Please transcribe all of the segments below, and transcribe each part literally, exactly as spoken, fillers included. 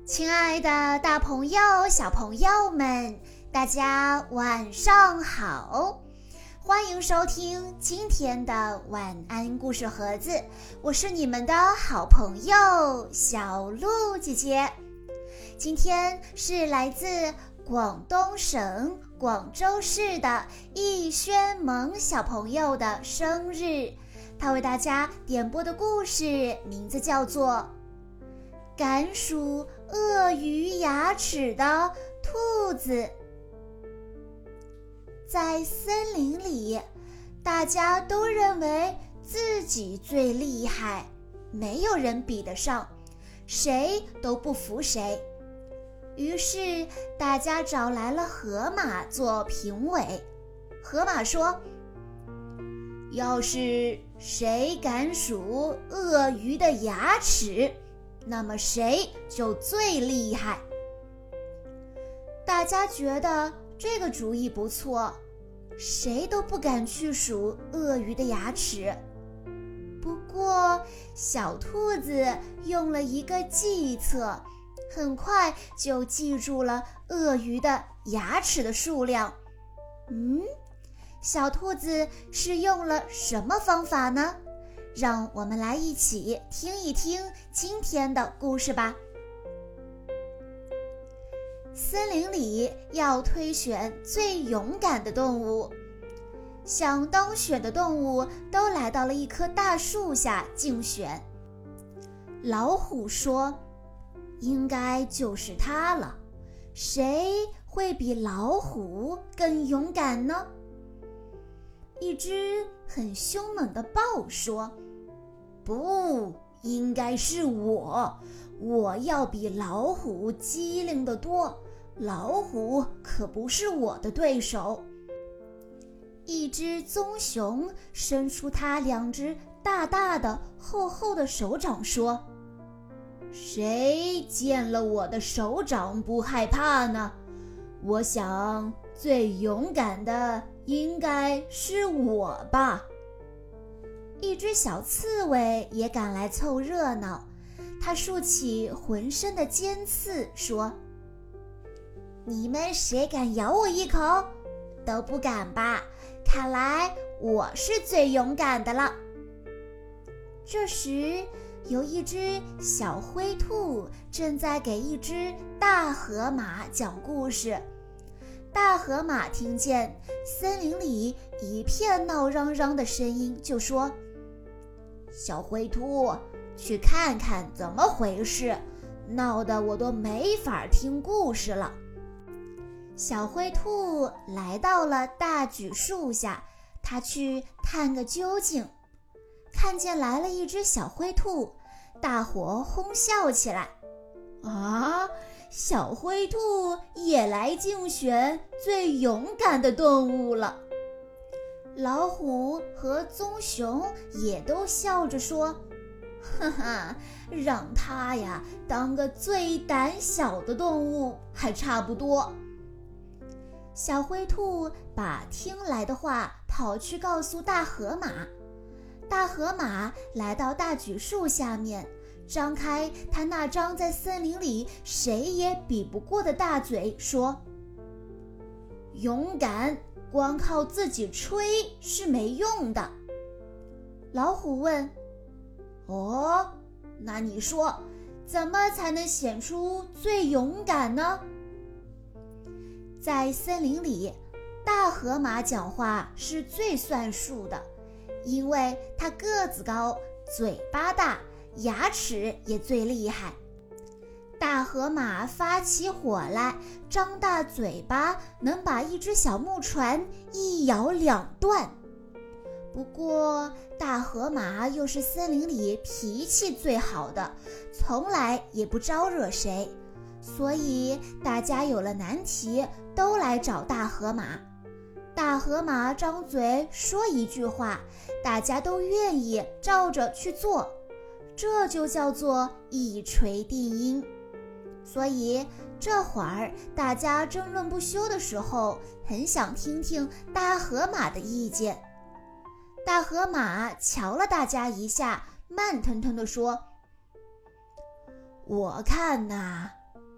亲爱的大朋友小朋友们，大家晚上好，欢迎收听今天的晚安故事盒子，我是你们的好朋友小鹿姐姐。今天是来自广东省广州市的易轩萌小朋友的生日，他为大家点播的故事名字叫做敢数鳄鱼牙齿的兔子。在森林里，大家都认为自己最厉害，没有人比得上，谁都不服谁。于是大家找来了河马做评委。河马说，要是谁敢数鳄鱼的牙齿，那么谁就最厉害。大家觉得这个主意不错，谁都不敢去数鳄鱼的牙齿。不过小兔子用了一个计策，很快就记住了鳄鱼的牙齿的数量。嗯，小兔子是用了什么方法呢？让我们来一起听一听今天的故事吧。森林里要推选最勇敢的动物，想当选的动物都来到了一棵大树下竞选。老虎说，应该就是它了，谁会比老虎更勇敢呢？一只很凶猛的豹说，不，应该是我，我要比老虎机灵得多，老虎可不是我的对手。一只棕熊伸出它两只大大的厚厚的手掌说，谁见了我的手掌不害怕呢？我想最勇敢的应该是我吧。一只小刺猬也赶来凑热闹，它竖起浑身的尖刺说，你们谁敢咬我一口？都不敢吧，看来我是最勇敢的了。这时有一只小灰兔正在给一只大河马讲故事。大河马听见森林里一片闹嚷嚷的声音，就说，小灰兔，去看看怎么回事，闹得我都没法听故事了。小灰兔来到了大榉树下，它去探个究竟。看见来了一只小灰兔，大伙哄笑起来。啊，小灰兔也来竞选最勇敢的动物了。老虎和棕熊也都笑着说，哈哈，让它呀当个最胆小的动物还差不多。小灰兔把听来的话跑去告诉大河马。大河马来到大榉树下面，张开他那张在森林里谁也比不过的大嘴，说，勇敢光靠自己吹是没用的。老虎问，哦，那你说怎么才能显出最勇敢呢？在森林里，大河马讲话是最算数的，因为它个子高，嘴巴大，牙齿也最厉害。大河马发起火来，张大嘴巴，能把一只小木船一咬两断。不过大河马又是森林里脾气最好的，从来也不招惹谁，所以大家有了难题都来找大河马。大河马张嘴说一句话，大家都愿意照着去做，这就叫做一锤定音。所以这会儿大家争论不休的时候，很想听听大河马的意见。大河马瞧了大家一下，慢腾腾地说，我看呐，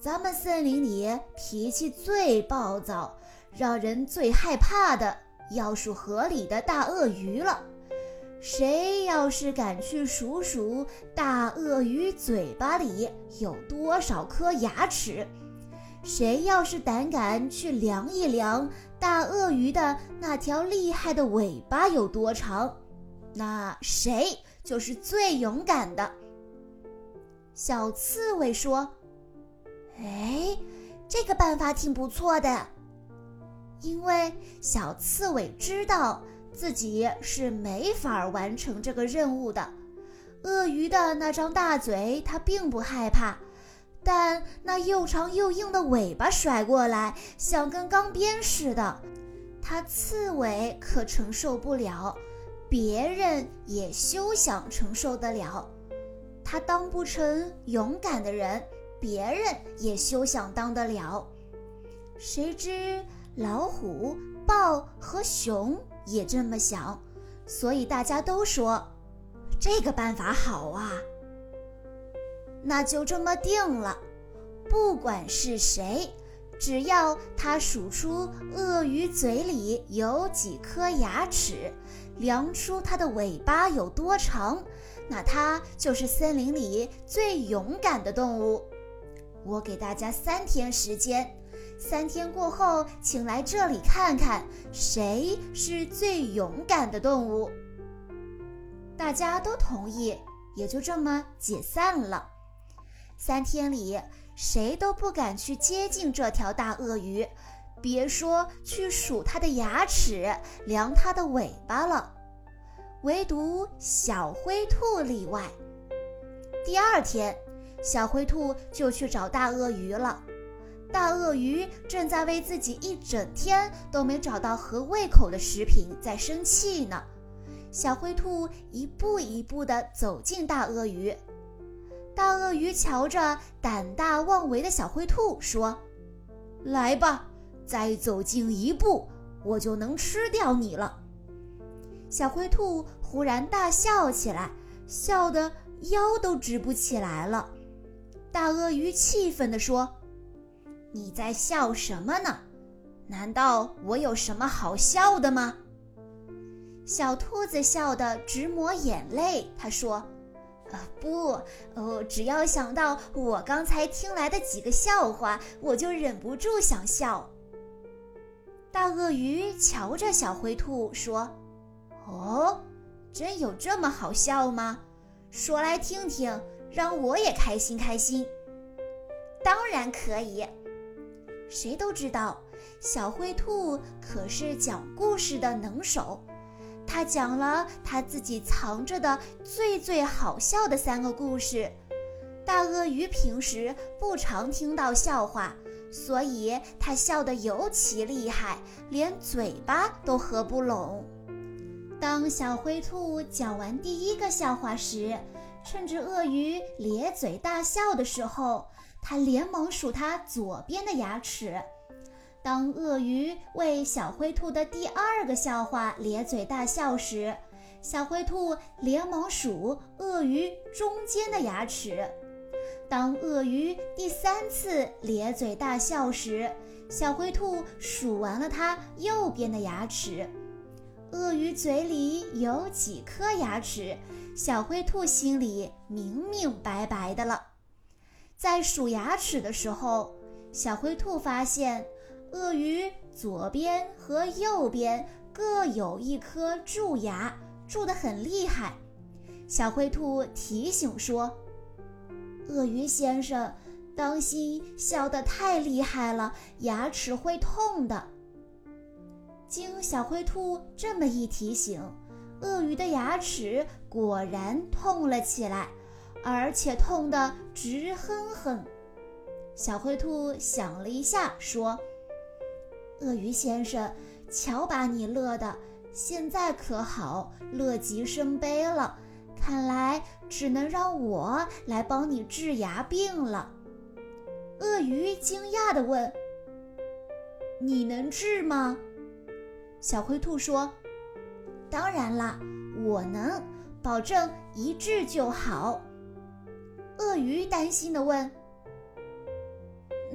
咱们森林里脾气最暴躁，让人最害怕的要数河里的大鳄鱼了。谁要是敢去数数大鳄鱼嘴巴里有多少颗牙齿，谁要是胆敢去量一量大鳄鱼的那条厉害的尾巴有多长，那谁就是最勇敢的。小刺猬说：哎，这个办法挺不错的。因为小刺猬知道自己是没法完成这个任务的。鳄鱼的那张大嘴它并不害怕，但那又长又硬的尾巴甩过来像根钢鞭似的，它刺猬可承受不了，别人也休想承受得了。它当不成勇敢的人，别人也休想当得了。谁知老虎、豹和熊也这么想，所以大家都说这个办法好啊。那就这么定了，不管是谁，只要他数出鳄鱼嘴里有几颗牙齿，量出它的尾巴有多长，那它就是森林里最勇敢的动物。我给大家三天时间，三天过后请来这里看看谁是最勇敢的动物。大家都同意，也就这么解散了。三天里谁都不敢去接近这条大鳄鱼，别说去数它的牙齿，量它的尾巴了。唯独小灰兔例外。第二天，小灰兔就去找大鳄鱼了。大鳄鱼正在为自己一整天都没找到合胃口的食品在生气呢。小灰兔一步一步地走近大鳄鱼。大鳄鱼瞧着胆大妄为的小灰兔说：来吧，再走近一步，我就能吃掉你了。小灰兔忽然大笑起来，笑得腰都直不起来了。大鳄鱼气愤地说：你在笑什么呢？难道我有什么好笑的吗？小兔子笑得直抹眼泪，他说：呃，不，呃，只要想到我刚才听来的几个笑话，我就忍不住想笑。大鳄鱼瞧着小灰兔说：哦，真有这么好笑吗？说来听听，让我也开心开心。当然可以。谁都知道，小灰兔可是讲故事的能手。他讲了他自己藏着的最最好笑的三个故事。大鳄鱼平时不常听到笑话，所以他笑得尤其厉害，连嘴巴都合不拢。当小灰兔讲完第一个笑话时，趁着鳄鱼咧嘴大笑的时候，他连忙数它左边的牙齿。当鳄鱼为小灰兔的第二个笑话咧嘴大笑时，小灰兔连忙数鳄鱼中间的牙齿。当鳄鱼第三次咧嘴大笑时，小灰兔数完了它右边的牙齿。鳄鱼嘴里有几颗牙齿，小灰兔心里明明白白的了。在数牙齿的时候，小灰兔发现鳄鱼左边和右边各有一颗蛀牙，蛀得很厉害。小灰兔提醒说：鳄鱼先生，当心笑得太厉害了，牙齿会痛的。经小灰兔这么一提醒，鳄鱼的牙齿果然痛了起来，而且痛得直哼哼。小灰兔想了一下说：鳄鱼先生，瞧把你乐的，现在可好，乐极生悲了，看来只能让我来帮你治牙病了。鳄鱼惊讶地问：你能治吗？小灰兔说：当然啦，我能，保证一治就好。鳄鱼担心地问：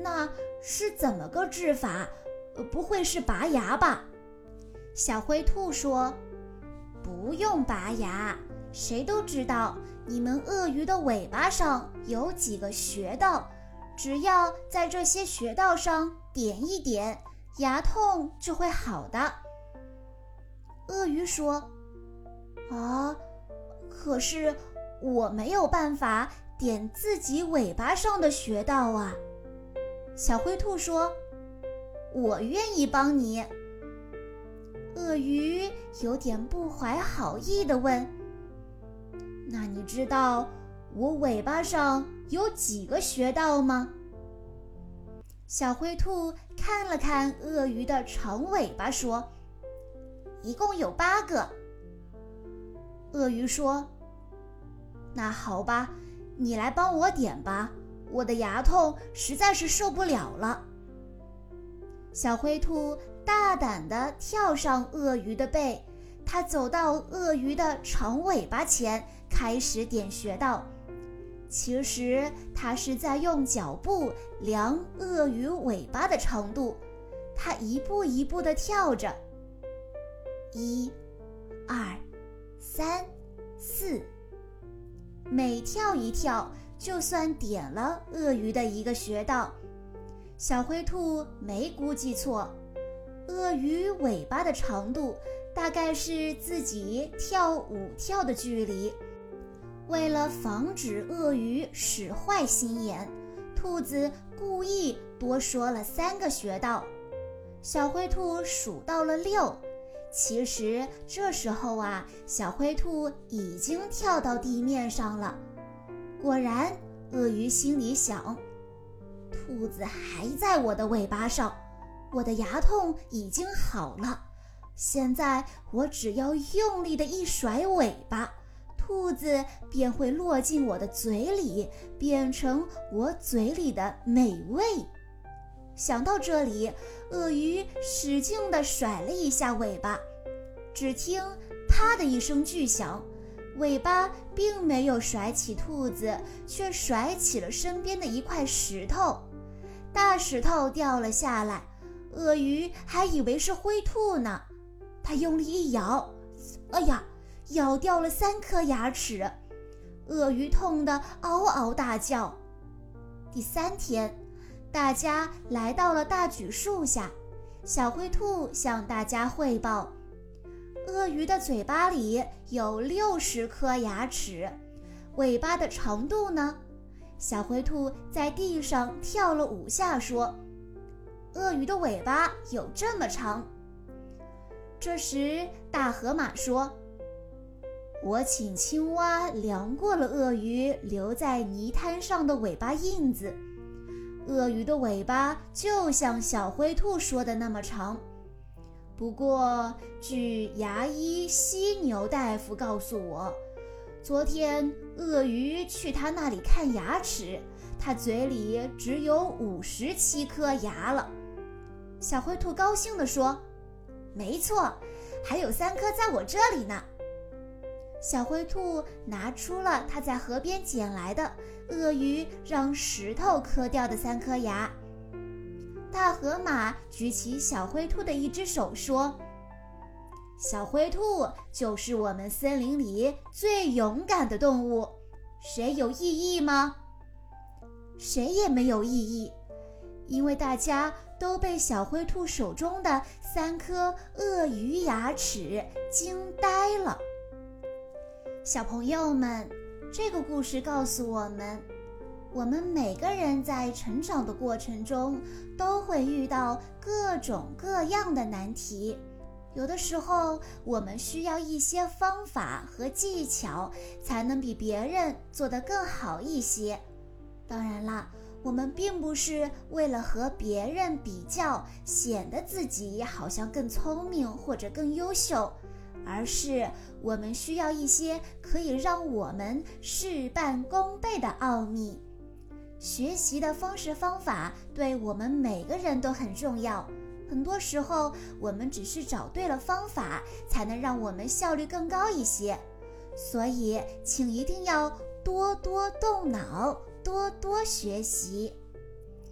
那是怎么个治法？不会是拔牙吧？小灰兔说，不用拔牙，谁都知道你们鳄鱼的尾巴上有几个穴道，只要在这些穴道上点一点，牙痛就会好的。鳄鱼说，啊，可是我没有办法点自己尾巴上的穴道啊。小灰兔说，我愿意帮你。鳄鱼有点不怀好意地问，那你知道我尾巴上有几个穴道吗？小灰兔看了看鳄鱼的长尾巴说，一共有八个。鳄鱼说，那好吧，你来帮我点吧，我的牙痛实在是受不了了。小灰兔大胆地跳上鳄鱼的背，它走到鳄鱼的长尾巴前，开始点穴道。其实它是在用脚步量鳄鱼尾巴的长度，它一步一步地跳着，一、二、三、四，每跳一跳就算点了鳄鱼的一个穴道。小灰兔没估计错，鳄鱼尾巴的长度大概是自己跳五跳的距离。为了防止鳄鱼使坏心眼，兔子故意多说了三个穴道。小灰兔数到了六，其实这时候啊，小灰兔已经跳到地面上了。果然，鳄鱼心里想，兔子还在我的尾巴上，我的牙痛已经好了，现在我只要用力的一甩尾巴，兔子便会落进我的嘴里，变成我嘴里的美味。想到这里，鳄鱼使劲地甩了一下尾巴，只听啪的一声巨响，尾巴并没有甩起兔子，却甩起了身边的一块石头。大石头掉了下来，鳄鱼还以为是灰兔呢，它用力一咬，哎呀，咬掉了三颗牙齿，鳄鱼痛得嗷嗷大叫。第三天，大家来到了大榉树下，小灰兔向大家汇报，鳄鱼的嘴巴里有六十颗牙齿，尾巴的长度呢？小灰兔在地上跳了五下说，鳄鱼的尾巴有这么长。这时大河马说，我请青蛙量过了鳄鱼留在泥滩上的尾巴印子，鳄鱼的尾巴就像小灰兔说的那么长。不过据牙医犀牛大夫告诉我，昨天鳄鱼去他那里看牙齿，他嘴里只有五十七颗牙了。小灰兔高兴地说，没错，还有三颗在我这里呢。小灰兔拿出了它在河边捡来的鳄鱼让石头磕掉的三颗牙。大河马举起小灰兔的一只手说，小灰兔就是我们森林里最勇敢的动物，谁有异议吗？谁也没有异议，因为大家都被小灰兔手中的三颗鳄鱼牙齿惊呆了。小朋友们，这个故事告诉我们，我们每个人在成长的过程中都会遇到各种各样的难题，有的时候我们需要一些方法和技巧才能比别人做得更好一些。当然啦，我们并不是为了和别人比较，显得自己好像更聪明或者更优秀，而是我们需要一些可以让我们事半功倍的奥秘。学习的方式方法对我们每个人都很重要，很多时候我们只是找对了方法，才能让我们效率更高一些。所以请一定要多多动脑，多多学习。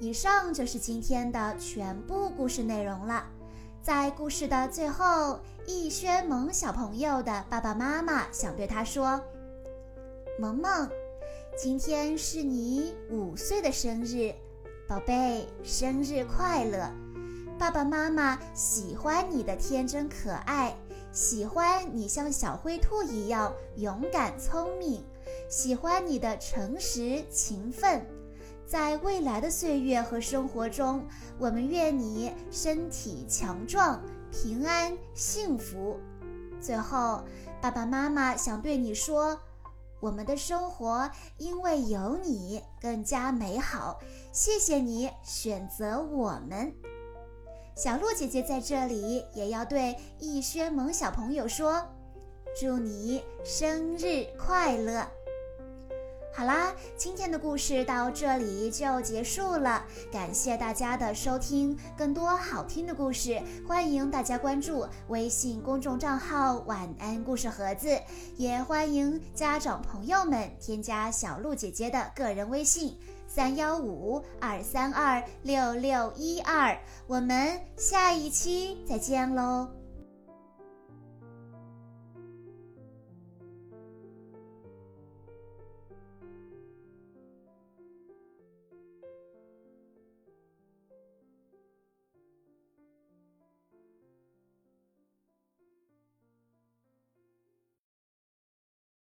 以上就是今天的全部故事内容了。在故事的最后，易轩萌小朋友的爸爸妈妈想对他说：萌萌，今天是你五岁的生日，宝贝，生日快乐！爸爸妈妈喜欢你的天真可爱，喜欢你像小灰兔一样勇敢聪明，喜欢你的诚实勤奋。在未来的岁月和生活中，我们愿你身体强壮，平安幸福。最后，爸爸妈妈想对你说，我们的生活因为有你更加美好，谢谢你选择我们。小鹿姐姐在这里也要对易轩萌小朋友说，祝你生日快乐。好啦，今天的故事到这里就结束了，感谢大家的收听，更多好听的故事，欢迎大家关注微信公众账号晚安故事盒子，也欢迎家长朋友们添加小鹿姐姐的个人微信三一五二三二六六一二，我们下一期再见喽。